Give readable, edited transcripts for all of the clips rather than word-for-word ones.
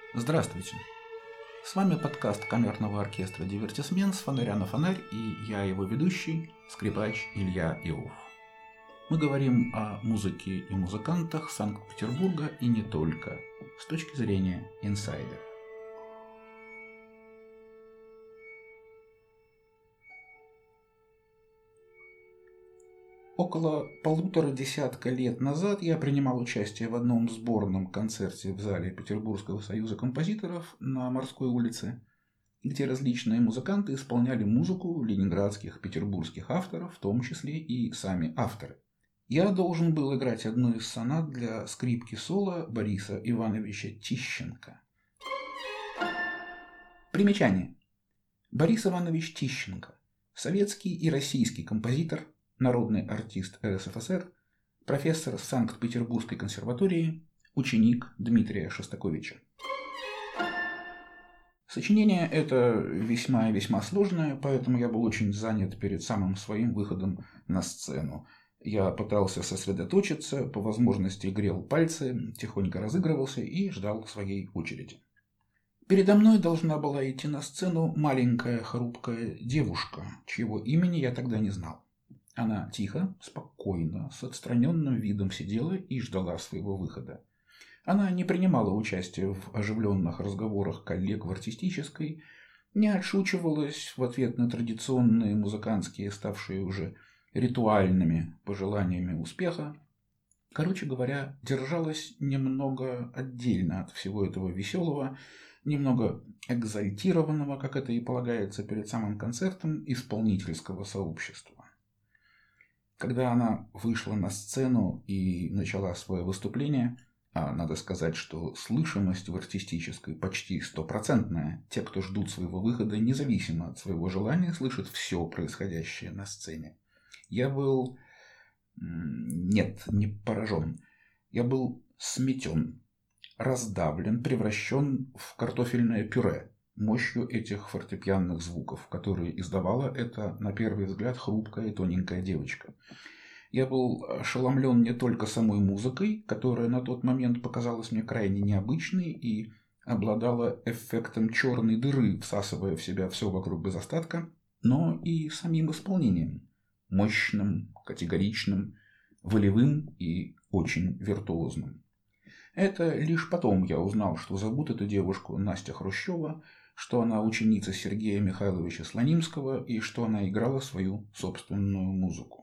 Здравствуйте! С вами подкаст камерного оркестра «Дивертисмент» с фонаря на фонарь, и я его ведущий, скрипач Илья Иов. Мы говорим о музыке и музыкантах Санкт-Петербурга и не только, с точки зрения инсайдера. Около 1,5 лет назад я принимал участие в одном сборном концерте в зале Петербургского союза композиторов на Морской улице, где различные музыканты исполняли музыку ленинградских, петербургских авторов, в том числе и сами авторы. Я должен был играть одну из сонат для скрипки соло Бориса Ивановича Тищенко. Примечание. Борис Иванович Тищенко – советский и российский композитор, народный артист РСФСР, профессор Санкт-Петербургской консерватории, ученик Дмитрия Шостаковича. Сочинение это весьма и весьма сложное, поэтому я был очень занят перед самым своим выходом на сцену. Я пытался сосредоточиться, по возможности грел пальцы, тихонько разыгрывался и ждал своей очереди. Передо мной должна была идти на сцену маленькая хрупкая девушка, чьего имени я тогда не знал. Она тихо, спокойно, с отстраненным видом сидела и ждала своего выхода. Она не принимала участия в оживленных разговорах коллег в артистической, не отшучивалась в ответ на традиционные музыкантские, ставшие уже ритуальными пожеланиями успеха. Короче говоря, держалась немного отдельно от всего этого веселого, немного экзальтированного, как это и полагается перед самым концертом, исполнительского сообщества. Когда она вышла на сцену и начала свое выступление, а надо сказать, что слышимость в артистической почти 100%, те, кто ждут своего выхода, независимо от своего желания, слышат все происходящее на сцене. Я был... не поражен. Я был сметен, раздавлен, превращен в картофельное пюре мощью этих фортепианных звуков, которые издавала эта, на первый взгляд, хрупкая и тоненькая девочка. Я был ошеломлен не только самой музыкой, которая на тот момент показалась мне крайне необычной и обладала эффектом черной дыры, всасывая в себя все вокруг без остатка, но и самим исполнением, мощным, категоричным, волевым и очень виртуозным. Это лишь потом я узнал, что зовут эту девушку Настя Хрущева, что она ученица Сергея Михайловича Слонимского и что она играла свою собственную музыку.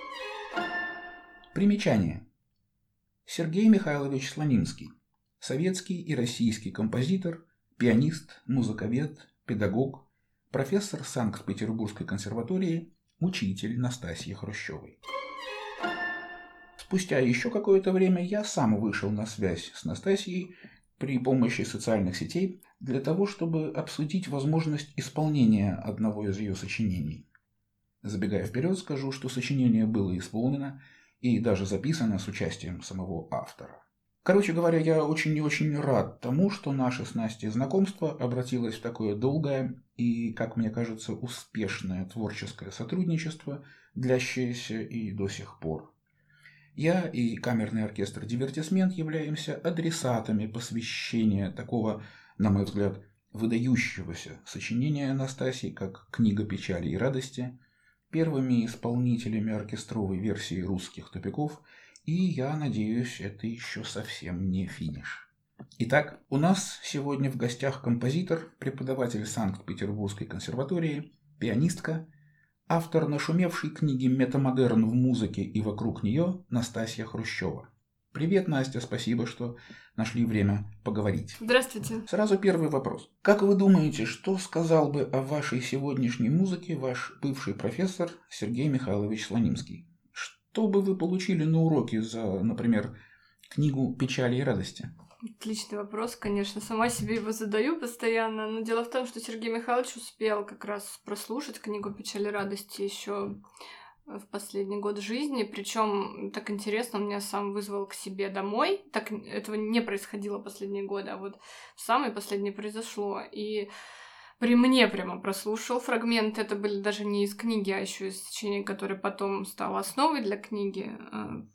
Примечание. Сергей Михайлович Слонимский. Советский и российский композитор, пианист, музыковед, педагог, профессор Санкт-Петербургской консерватории, учитель Настасьи Хрущевой. Спустя еще какое-то время я сам вышел на связь с Настасьей при помощи социальных сетей для того, чтобы обсудить возможность исполнения одного из ее сочинений. Забегая вперед, скажу, что сочинение было исполнено и даже записано с участием самого автора. Короче говоря, я очень и очень рад тому, что наше с Настей знакомство обратилось в такое долгое и, как мне кажется, успешное творческое сотрудничество, длящееся и до сих пор. Я и камерный оркестр «Дивертисмент» являемся адресатами посвящения такого, на мой взгляд, выдающегося сочинения Настасьи, как «Книга печали и радости», первыми исполнителями оркестровой версии русских тупиков, и, я надеюсь, это еще совсем не финиш. Итак, у нас сегодня в гостях композитор, преподаватель Санкт-Петербургской консерватории, пианистка, автор нашумевшей книги «Метамодерн в музыке и вокруг нее» Настасья Хрущева. Привет, Настя, спасибо, что нашли время поговорить. Здравствуйте. Сразу первый вопрос. Как вы думаете, что сказал бы о вашей сегодняшней музыке ваш бывший профессор Сергей Михайлович Слонимский? Что бы вы получили на уроке за, например, книгу «Печали и радости»? Отличный вопрос, конечно. Сама себе его задаю постоянно. Но дело в том, что Сергей Михайлович успел как раз прослушать книгу «Печаль и радости» еще в последний год жизни. Причем так интересно, он меня сам вызвал к себе домой. Так этого не происходило последние годы, а вот в самый последний произошло. И при мне прямо прослушал фрагменты. Это были даже не из книги, а еще из сочинений, которые потом стало основой для книги.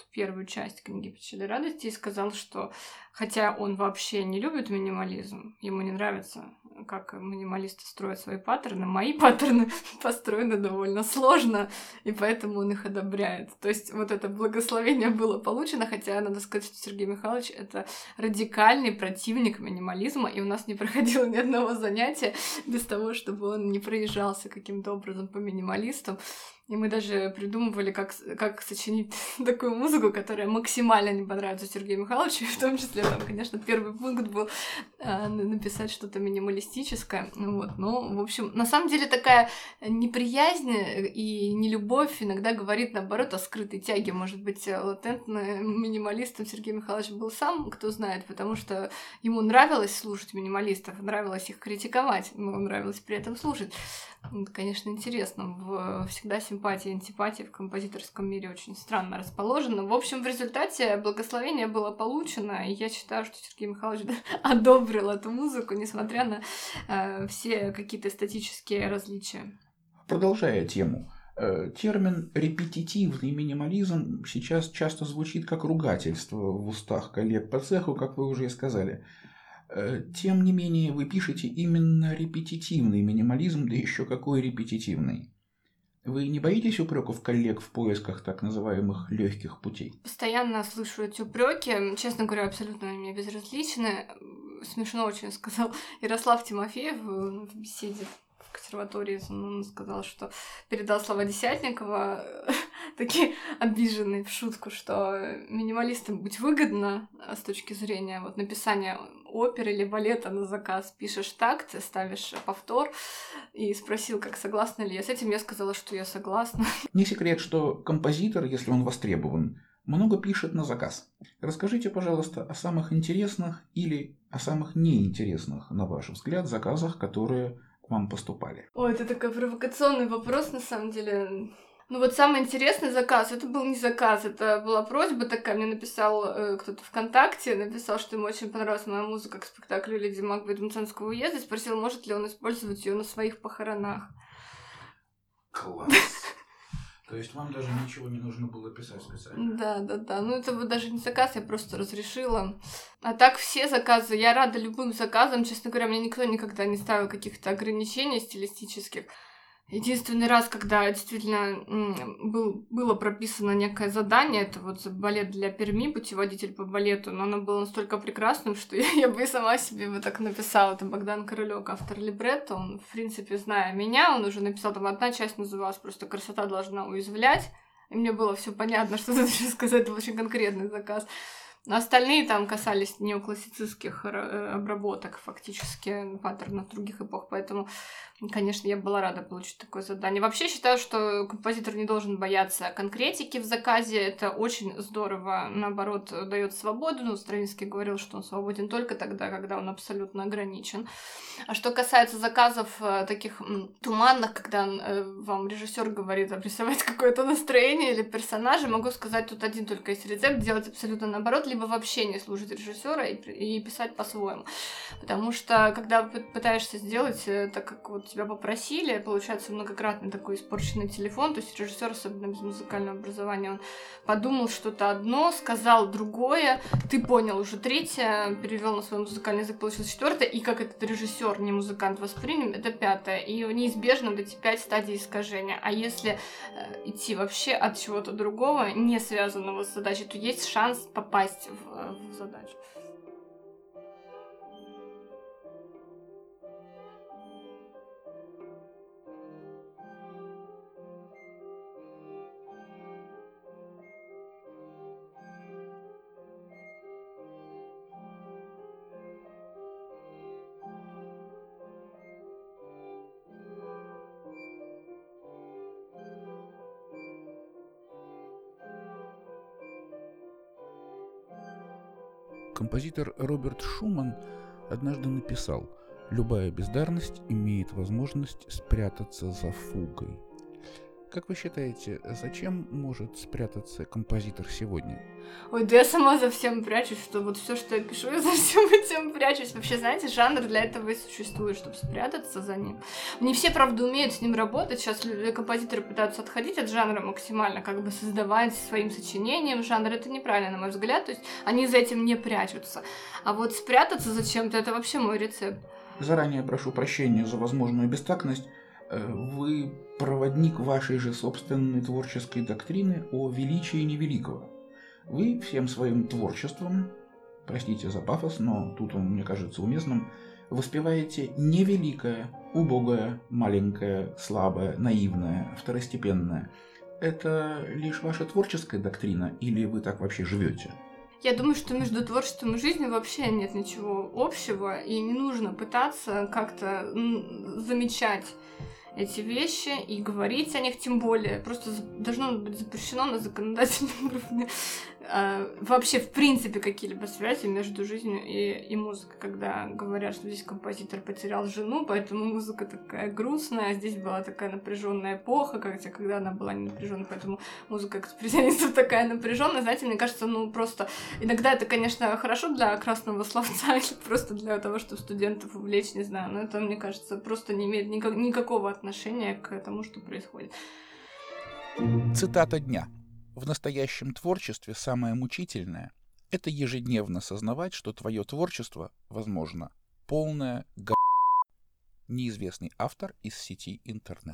первую часть книги «Печали радости» и сказал, что хотя он вообще не любит минимализм, ему не нравится, как минималисты строят свои паттерны, мои паттерны построены довольно сложно, и поэтому он их одобряет. То есть вот это благословение было получено, хотя надо сказать, что Сергей Михайлович — это радикальный противник минимализма, и у нас не проходило ни одного занятия без того, чтобы он не проезжался каким-то образом по минималистам. И мы даже придумывали, как сочинить такую музыку, которая максимально не понравится Сергею Михайловичу. В том числе, там, конечно, первый пункт был написать что-то минималистическое. Вот. Но, в общем, на самом деле такая неприязнь и нелюбовь иногда говорит, наоборот, о скрытой тяге. Может быть, латентным минималистом Сергей Михайлович был сам, кто знает, потому что ему нравилось слушать минималистов, нравилось их критиковать, но нравилось при этом слушать. Это, конечно, интересно. Всегда симпатия и антипатия в композиторском мире очень странно расположены. В общем, в результате благословение было получено, и я считаю, что Сергей Михайлович одобрил эту музыку, несмотря на все какие-то эстетические различия. Продолжая тему, термин «репетитивный минимализм» сейчас часто звучит как ругательство в устах коллег по цеху, как вы уже и сказали. Тем не менее, вы пишете именно репетитивный минимализм, да еще какой репетитивный. Вы не боитесь упреков коллег в поисках так называемых легких путей? Постоянно слышу эти упреки. Честно говоря, абсолютно они мне безразличны. Смешно очень сказал Ярослав Тимофеев в беседе в консерватории. Он сказал, что передал слова Десятникова, такие обиженные в шутку, что минималистам быть выгодно с точки зрения вот написания оперы или балета на заказ. Пишешь такт, ставишь повтор, и спросил, как согласна ли я с этим. Я сказала, что я согласна. Не секрет, что композитор, если он востребован, много пишет на заказ. Расскажите, пожалуйста, о самых интересных или о самых неинтересных, на ваш взгляд, заказах, которые к вам поступали. Ой, это такой провокационный вопрос, на самом деле. Ну вот самый интересный заказ, это был не заказ, это была просьба такая, мне написал кто-то ВКонтакте, написал, что ему очень понравилась моя музыка к спектаклю «Леди Макбет» Мценского уезда, и спросил, может ли он использовать ее на своих похоронах. Класс! То есть вам даже ничего не нужно было писать специально? Да. Ну это вот даже не заказ, я просто разрешила. А так все заказы, я рада любым заказам, честно говоря, мне никто никогда не ставил каких-то ограничений стилистических. Единственный раз, когда действительно было прописано некое задание, это вот балет для Перми, путеводитель по балету, но оно было настолько прекрасным, что я бы и сама себе вот так написала. Это Богдан Королёк, автор либретто, он, в принципе, зная меня, он уже написал, там одна часть называлась просто «Красота должна уязвлять», и мне было все понятно, что ты должен сказать, это очень конкретный заказ. Но остальные там касались неоклассицистских обработок, фактически, паттернов других эпох, поэтому, конечно, я была рада получить такое задание. Вообще считаю, что композитор не должен бояться конкретики в заказе, это очень здорово, наоборот, дает свободу. Ну, Стравинский говорил, что он свободен только тогда, когда он абсолютно ограничен. А что касается заказов таких туманных, когда вам режиссер говорит обрисовать какое-то настроение или персонажа, могу сказать, тут один только есть рецепт, делать абсолютно наоборот, либо вообще не слушать режиссера и писать по-своему. Потому что, когда пытаешься сделать так, как вот тебя попросили, получается многократно такой испорченный телефон, то есть режиссер, особенно без музыкального образования, он подумал что-то одно, сказал другое, ты понял уже третье, перевел на свой музыкальный язык, получилось четвертое, и как этот режиссер, не музыкант, воспринял, это пятое. И неизбежно вот эти 5 стадий искажения. А если идти вообще от чего-то другого, не связанного с задачей, то есть шанс попасть в задачу. Композитор Роберт Шуман однажды написал: «Любая бездарность имеет возможность спрятаться за фугой». Как вы считаете, зачем может спрятаться композитор сегодня? Ой, да я сама за всем прячусь, что вот все, что я пишу, я за всем этим прячусь. Вообще, знаете, жанр для этого и существует, чтобы спрятаться за ним. Не все, правда, умеют с ним работать. Сейчас композиторы пытаются отходить от жанра максимально, как бы создавать своим сочинением жанр. Это неправильно, на мой взгляд. То есть они за этим не прячутся. А вот спрятаться зачем-то, это вообще мой рецепт. Заранее прошу прощения за возможную бестактность. Вы проводник вашей же собственной творческой доктрины о величии невеликого. Вы всем своим творчеством, простите за пафос, но тут он, мне кажется, уместным, воспеваете невеликое, убогое, маленькое, слабое, наивное, второстепенное. Это лишь ваша творческая доктрина, или вы так вообще живете? Я думаю, что между творчеством и жизнью вообще нет ничего общего, и не нужно пытаться как-то замечать эти вещи и говорить о них, тем более. Просто должно быть запрещено на законодательном уровне вообще, в принципе, какие-либо связи между жизнью и музыкой. Когда говорят, что здесь композитор потерял жену, поэтому музыка такая грустная, а здесь была такая напряженная эпоха, когда она была не напряженная, поэтому музыка экспрессионистов такая напряженная. Знаете, мне кажется, просто иногда это, конечно, хорошо для красного словца или просто для того, чтобы студентов увлечь, не знаю, но это, мне кажется, просто не имеет никакого отношения к тому, что происходит. Цитата дня. В настоящем творчестве самое мучительное – это ежедневно сознавать, что твое творчество, возможно, полное г***. Неизвестный автор из сети интернет.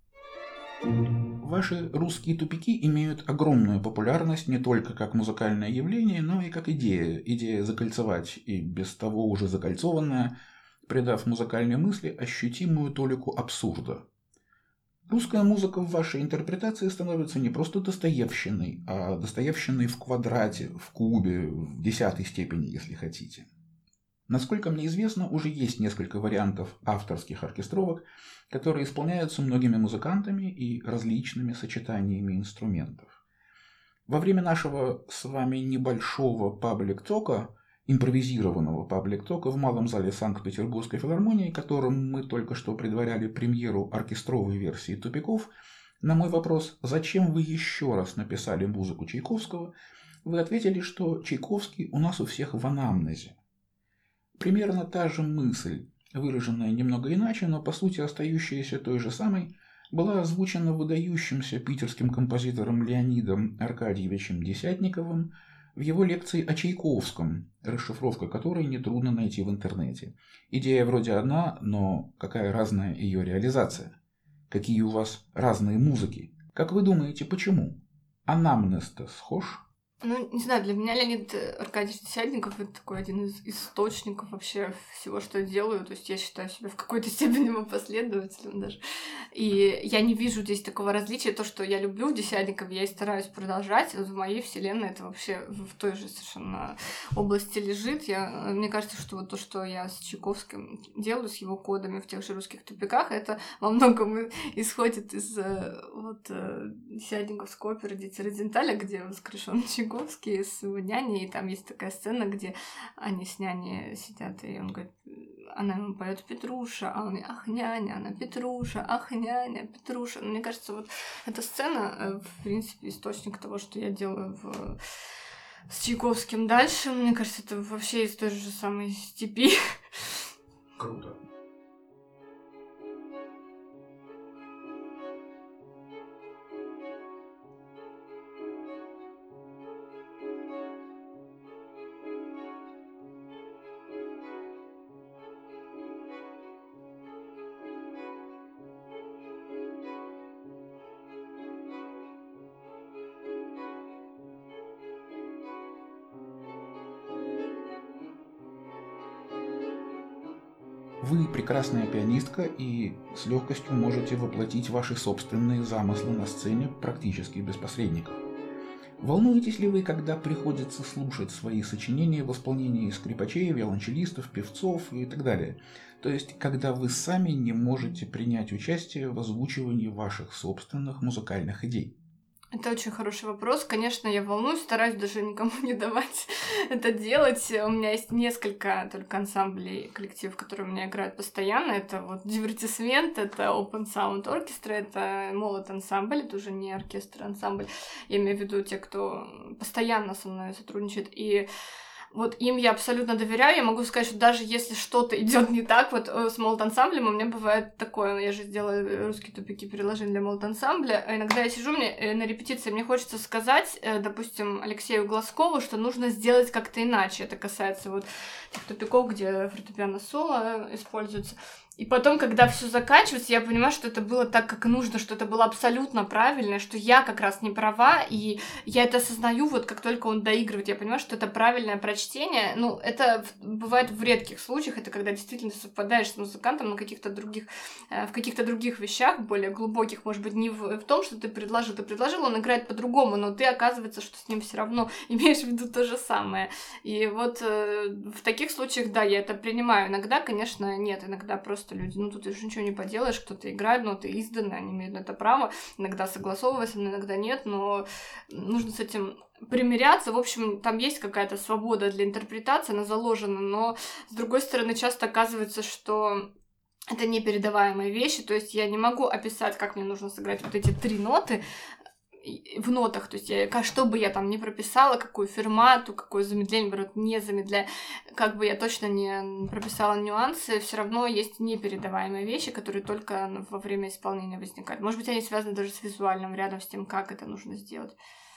Ваши русские тупики имеют огромную популярность не только как музыкальное явление, но и как идея. Идея закольцевать и без того уже закольцованное, придав музыкальной мысли ощутимую толику абсурда. Русская музыка в вашей интерпретации становится не просто достоевщиной, а достоевщиной в квадрате, в кубе, в 10-й степени, если хотите. Насколько мне известно, уже есть несколько вариантов авторских оркестровок, которые исполняются многими музыкантами и различными сочетаниями инструментов. Во время нашего с вами небольшого паблик-тока, импровизированного паблик-тока в Малом зале Санкт-Петербургской филармонии, которым мы только что предваряли премьеру оркестровой версии «Тупиков», на мой вопрос, зачем вы еще раз написали музыку Чайковского, вы ответили, что Чайковский у нас у всех в анамнезе. Примерно та же мысль, выраженная немного иначе, но по сути остающаяся той же самой, была озвучена выдающимся питерским композитором Леонидом Аркадьевичем Десятниковым в его лекции о Чайковском, расшифровка которой нетрудно найти в интернете. Идея вроде одна, но какая разная ее реализация? Какие у вас разные музыки? Как вы думаете, почему? Анамнез-то схож? Не знаю, для меня Леонид Аркадьевич Десятников — это такой один из источников вообще всего, что я делаю. То есть я считаю себя в какой-то степени его последователем даже. И я не вижу здесь такого различия. То, что я люблю в Десятникове, я и стараюсь продолжать. В моей вселенной это вообще в той же совершенно области лежит. Мне кажется, что вот то, что я с Чайковским делаю, с его кодами в тех же русских тупиках, это во многом исходит из Десятниковской оперы «Дети Розенталя», где воскрешен Чайковский с его няней, и там есть такая сцена, где они с няней сидят, и он говорит, она ему поет «Петруша», а он говорит, ах, няня, она Петруша, ах, няня, Петруша. Мне кажется, вот эта сцена, в принципе, источник того, что я делаю с Чайковским дальше. Мне кажется, это вообще из той же самой степи. Круто. Вы прекрасная пианистка и с легкостью можете воплотить ваши собственные замыслы на сцене практически без посредников. Волнуетесь ли вы, когда приходится слушать свои сочинения в исполнении скрипачей, виолончелистов, певцов и так далее? То есть, когда вы сами не можете принять участие в озвучивании ваших собственных музыкальных идей? Это очень хороший вопрос. Конечно, я волнуюсь, стараюсь даже никому не давать это делать. У меня есть несколько только ансамблей, коллективов, которые у меня играют постоянно. Это вот Дивертисмент, это Open Sound Orchestra, это Молот ансамбль, это уже не оркестр, а ансамбль. Я имею в виду те, кто постоянно со мной сотрудничает. И вот им я абсолютно доверяю. Я могу сказать, что даже если что-то идет не так, вот с молот-ансамблем у меня бывает такое. Я же сделала русские тупики приложения для молот-ансамбля. А иногда я сижу мне на репетиции, мне хочется сказать, допустим, Алексею Глазкову, что нужно сделать как-то иначе. Это касается вот тех тупиков, где фортепиано-соло используется. И потом, когда все заканчивается, я понимаю, что это было так, как нужно, что это было абсолютно правильно, что я как раз не права, и я это осознаю, вот как только он доигрывает, я понимаю, что это правильное прочтение. Ну, это бывает в редких случаях, это когда действительно совпадаешь с музыкантом на каких-то других, в каких-то других вещах, более глубоких, может быть, не в том, что ты предложил, он играет по-другому, но ты, оказывается, что с ним все равно имеешь в виду то же самое. И вот в таких случаях, да, я это принимаю. Иногда, конечно, нет, иногда просто люди, ну, тут уже ничего не поделаешь, кто-то играет, но ты изданный, они имеют на это право, иногда согласовываться, иногда нет, но нужно с этим примиряться. В общем, там есть какая-то свобода для интерпретации, она заложена, но, с другой стороны, часто оказывается, что это непередаваемые вещи, то есть я не могу описать, как мне нужно сыграть вот эти 3 ноты, в нотах, то есть что бы я там не прописала, какую фермату, какое замедление, наоборот, не замедляя, как бы я точно не прописала нюансы, все равно есть непередаваемые вещи, которые только во время исполнения возникают. Может быть, они связаны даже с визуальным рядом, с тем, как это нужно сделать.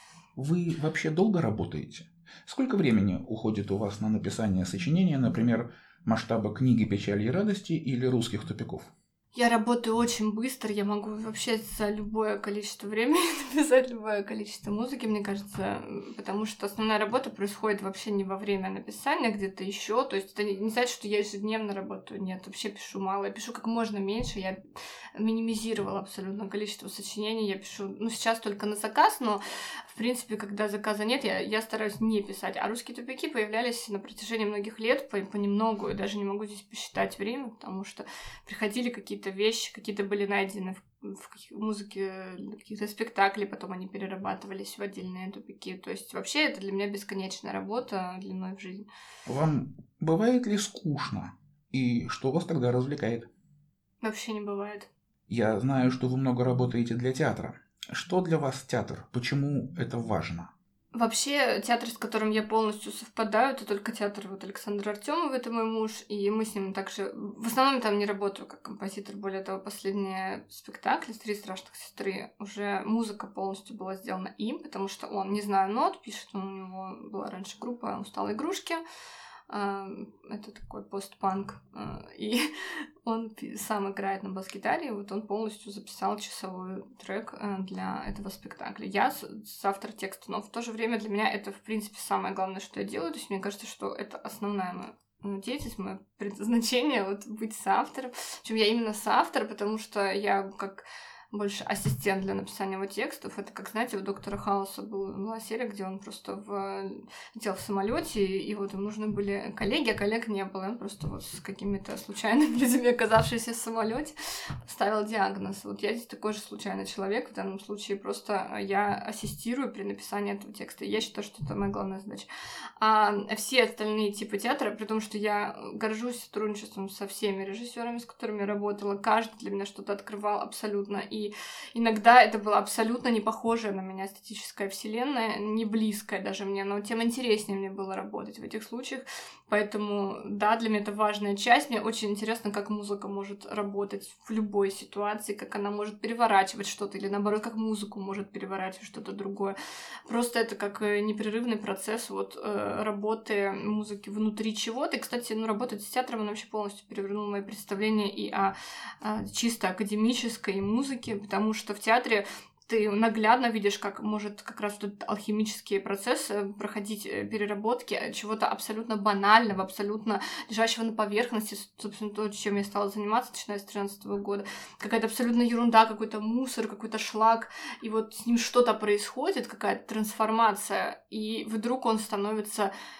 Вы вообще долго работаете? Сколько времени уходит у вас на написание сочинения, например, масштаба книги «Печали и радости» или «Русских тупиков»? Я работаю очень быстро, я могу вообще за любое количество времени написать любое количество музыки, мне кажется, потому что основная работа происходит вообще не во время написания, где-то еще, то есть это не значит, что я ежедневно работаю, нет, вообще пишу мало, я пишу как можно меньше, я минимизировала абсолютно количество сочинений, я пишу, ну, сейчас только на заказ, но, в принципе, когда заказа нет, я стараюсь не писать, а русские тупики появлялись на протяжении многих лет понемногу, и даже не могу здесь посчитать время, потому что приходили какие-то вещи, какие-то были найдены в музыке каких-то спектаклей, потом они перерабатывались в отдельные тупики. То есть вообще это для меня бесконечная работа длиной в жизнь. Вам бывает ли скучно? И что вас тогда развлекает? Вообще не бывает. Я знаю, что вы много работаете для театра. Что для вас театр? Почему это важно? Вообще, театр, с которым я полностью совпадаю, это только театр вот Александра Артёмова, это мой муж, и мы с ним также... В основном там не работаю как композитор, более того, последние спектакли «Три страшных сестры» уже музыка полностью была сделана им, потому что он, не знаю нот, пишет, у него была раньше группа «Усталые игрушки», это такой постпанк, и он сам играет на бас-гитаре, и вот он полностью записал часовой трек для этого спектакля. Я автор текста, но в то же время для меня это, в принципе, самое главное, что я делаю, то есть мне кажется, что это основная моя деятельность, мое предназначение, вот быть соавтором. Причем я именно соавтор, потому что я как больше ассистент для написания его текстов. Это, как, знаете, у доктора Хауса была серия, где он просто летел в самолете, и вот ему нужны были коллеги, а коллег не было. Он просто вот с какими-то случайными людьми, оказавшимися в самолете, поставил диагноз. Вот я здесь такой же случайный человек, в данном случае просто я ассистирую при написании этого текста. И я считаю, что это моя главная задача. А все остальные типы театра, при том, что я горжусь сотрудничеством со всеми режиссерами, с которыми я работала, каждый для меня что-то открывал абсолютно, и иногда это было абсолютно не похожая на меня эстетическая вселенная, не близкая даже мне, но тем интереснее мне было работать в этих случаях. Поэтому, да, для меня это важная часть. Мне очень интересно, как музыка может работать в любой ситуации, как она может переворачивать что-то, или наоборот, как музыку может переворачивать что-то другое. Просто это как непрерывный процесс вот работы музыки внутри чего-то. И, кстати, работать с театром, он вообще полностью перевернул мои представления и о чисто академической музыке, потому что в театре ты наглядно видишь, как может как раз этот алхимический процесс проходить переработки чего-то абсолютно банального, абсолютно лежащего на поверхности, собственно, то, чем я стала заниматься, начиная с 2013 года. Какая-то абсолютно ерунда, какой-то мусор, какой-то шлак, и вот с ним что-то происходит, какая-то трансформация, и вдруг он становится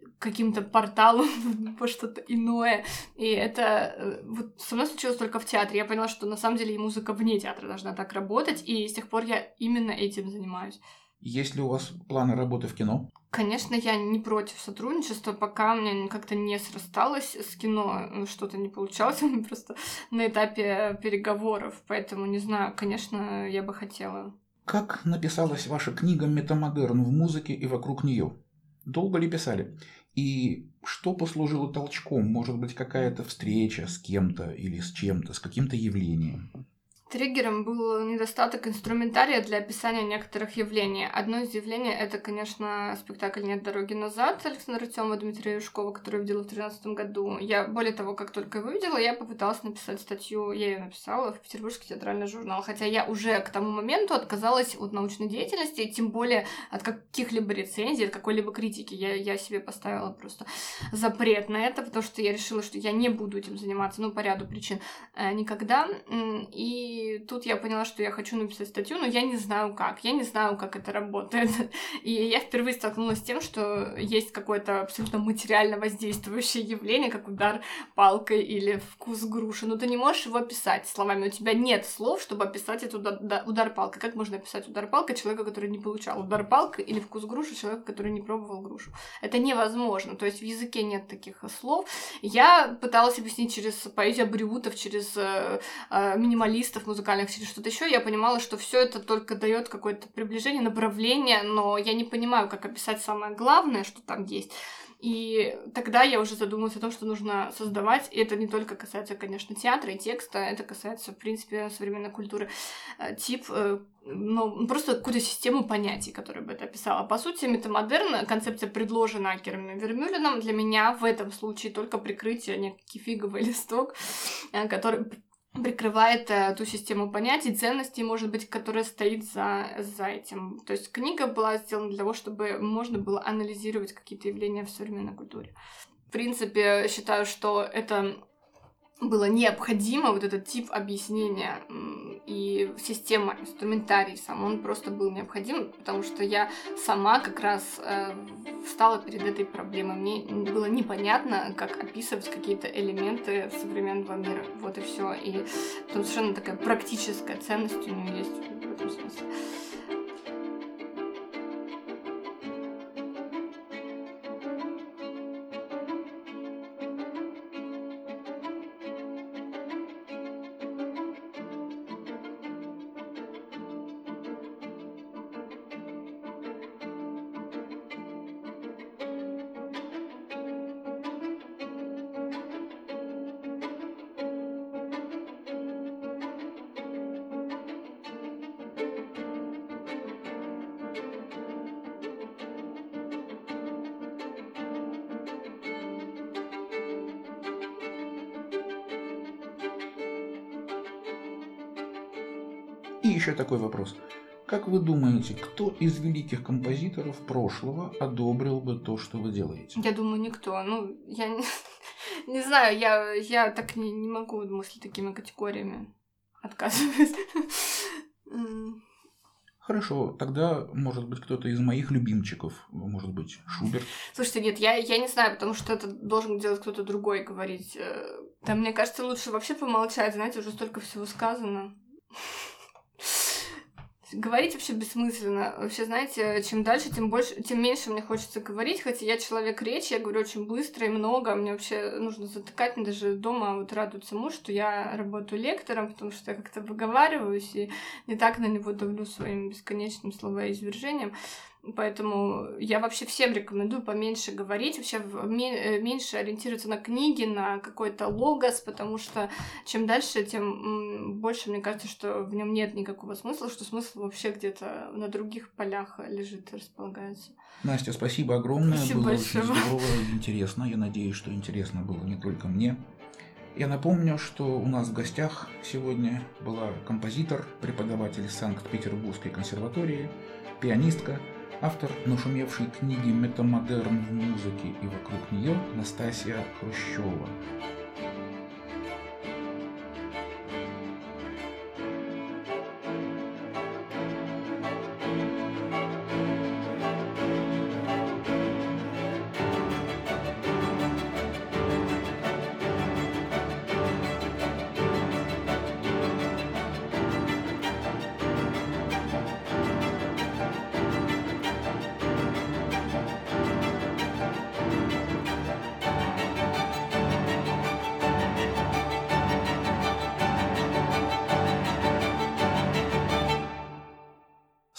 каким-то порталом по что-то иное. И это вот со мной случилось только в театре. Я поняла, что на самом деле и музыка вне театра должна так работать, и с тех пор я именно этим занимаюсь. Есть ли у вас планы работы в кино? Конечно, я не против сотрудничества, пока у меня как-то не срасталось с кино, что-то не получалось, мы просто на этапе переговоров, поэтому не знаю, конечно, я бы хотела. Как написалась ваша книга «Метамодерн» в музыке и вокруг нее? Долго ли писали? И что послужило толчком? Может быть, какая-то встреча с кем-то или с чем-то, с каким-то явлением? Триггером был недостаток инструментария для описания некоторых явлений. Одно из явлений — это, конечно, спектакль «Нет дороги назад» Александра Артёмова и Дмитрия Юшкова, который я видела в 2013 году. Я, более того, как только его видела, я попыталась написать статью, я ее написала в Петербургский театральный журнал, хотя я уже к тому моменту отказалась от научной деятельности, и тем более от каких-либо рецензий, от какой-либо критики. Я себе поставила просто запрет на это, потому что я решила, что я не буду этим заниматься, по ряду причин, никогда. И тут я поняла, что я хочу написать статью, но я не знаю как это работает. И я впервые столкнулась с тем, что есть какое-то абсолютно материально воздействующее явление, как удар палкой или вкус груши. Но ты не можешь его описать словами, у тебя нет слов, чтобы описать этот удар палкой. Как можно описать удар палкой человека, который не получал удар палкой, или вкус груши человека, который не пробовал грушу? Это невозможно, то есть в языке нет таких слов. Я пыталась объяснить через поэзию аббриутов, через минималистов музыкальных, через что-то еще, я понимала, что все это только дает какое-то приближение, направление, но я не понимаю, как описать самое главное, что там есть. И тогда я уже задумалась о том, что нужно создавать, и это не только касается, конечно, театра и текста, это касается, в принципе, современной культуры, просто какую-то систему понятий, которая бы это описала. По сути, метамодерн, концепция, предложена Акером и Вермюлленом, для меня в этом случае только прикрытие, некий фиговый листок, который прикрывает ту систему понятий, ценностей, может быть, которая стоит за этим. То есть книга была сделана для того, чтобы можно было анализировать какие-то явления в современной культуре. В принципе, считаю, что это было необходимо, вот этот тип объяснения и система, инструментарий сам, он просто был необходим, потому что я сама как раз встала перед этой проблемой. Мне было непонятно, как описывать какие-то элементы современного мира. Вот и все. И там совершенно такая практическая ценность у нее есть в этом смысле. И еще такой вопрос. Как вы думаете, кто из великих композиторов прошлого одобрил бы то, что вы делаете? Я думаю, никто. Я не знаю, я так не могу мыслить такими категориями. Отказываюсь. Хорошо, тогда, может быть, кто-то из моих любимчиков, может быть, Шуберт. Слушайте, нет, я не знаю, потому что это должен делать кто-то другой, говорить. Да, мне кажется, лучше вообще помолчать, знаете, уже столько всего сказано. Говорить вообще бессмысленно. Вообще, знаете, чем дальше, тем меньше мне хочется говорить, хотя я человек речи, я говорю очень быстро и много, мне вообще нужно затыкать, мне даже дома вот радуется муж, что я работаю лектором, потому что я как-то выговариваюсь и не так на него давлю своим бесконечным словоизвержением. Поэтому я вообще всем рекомендую поменьше говорить, вообще меньше ориентироваться на книги, на какой-то логос, потому что чем дальше, тем больше мне кажется, что в нем нет никакого смысла, что смысл вообще где-то на других полях лежит и располагается. Настя, спасибо огромное. Спасибо было большое. Очень здорово и интересно. Я надеюсь, что интересно было не только мне. Я напомню, что у нас в гостях сегодня была композитор, преподаватель Санкт-Петербургской консерватории, пианистка, автор нашумевшей книги «Метамодерн в музыке и вокруг нее» Настасья Хрущева.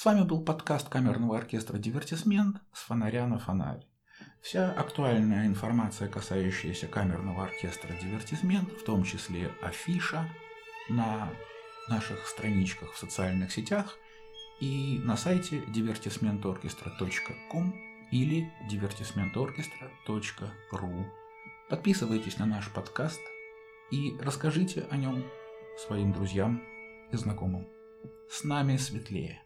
С вами был подкаст камерного оркестра «Дивертисмент» с фонаря на фонарь. Вся актуальная информация, касающаяся камерного оркестра «Дивертисмент», в том числе афиша, на наших страничках в социальных сетях и на сайте divertismentorchestra.com или divertismentorchestra.ru. Подписывайтесь на наш подкаст и расскажите о нем своим друзьям и знакомым. С нами светлее.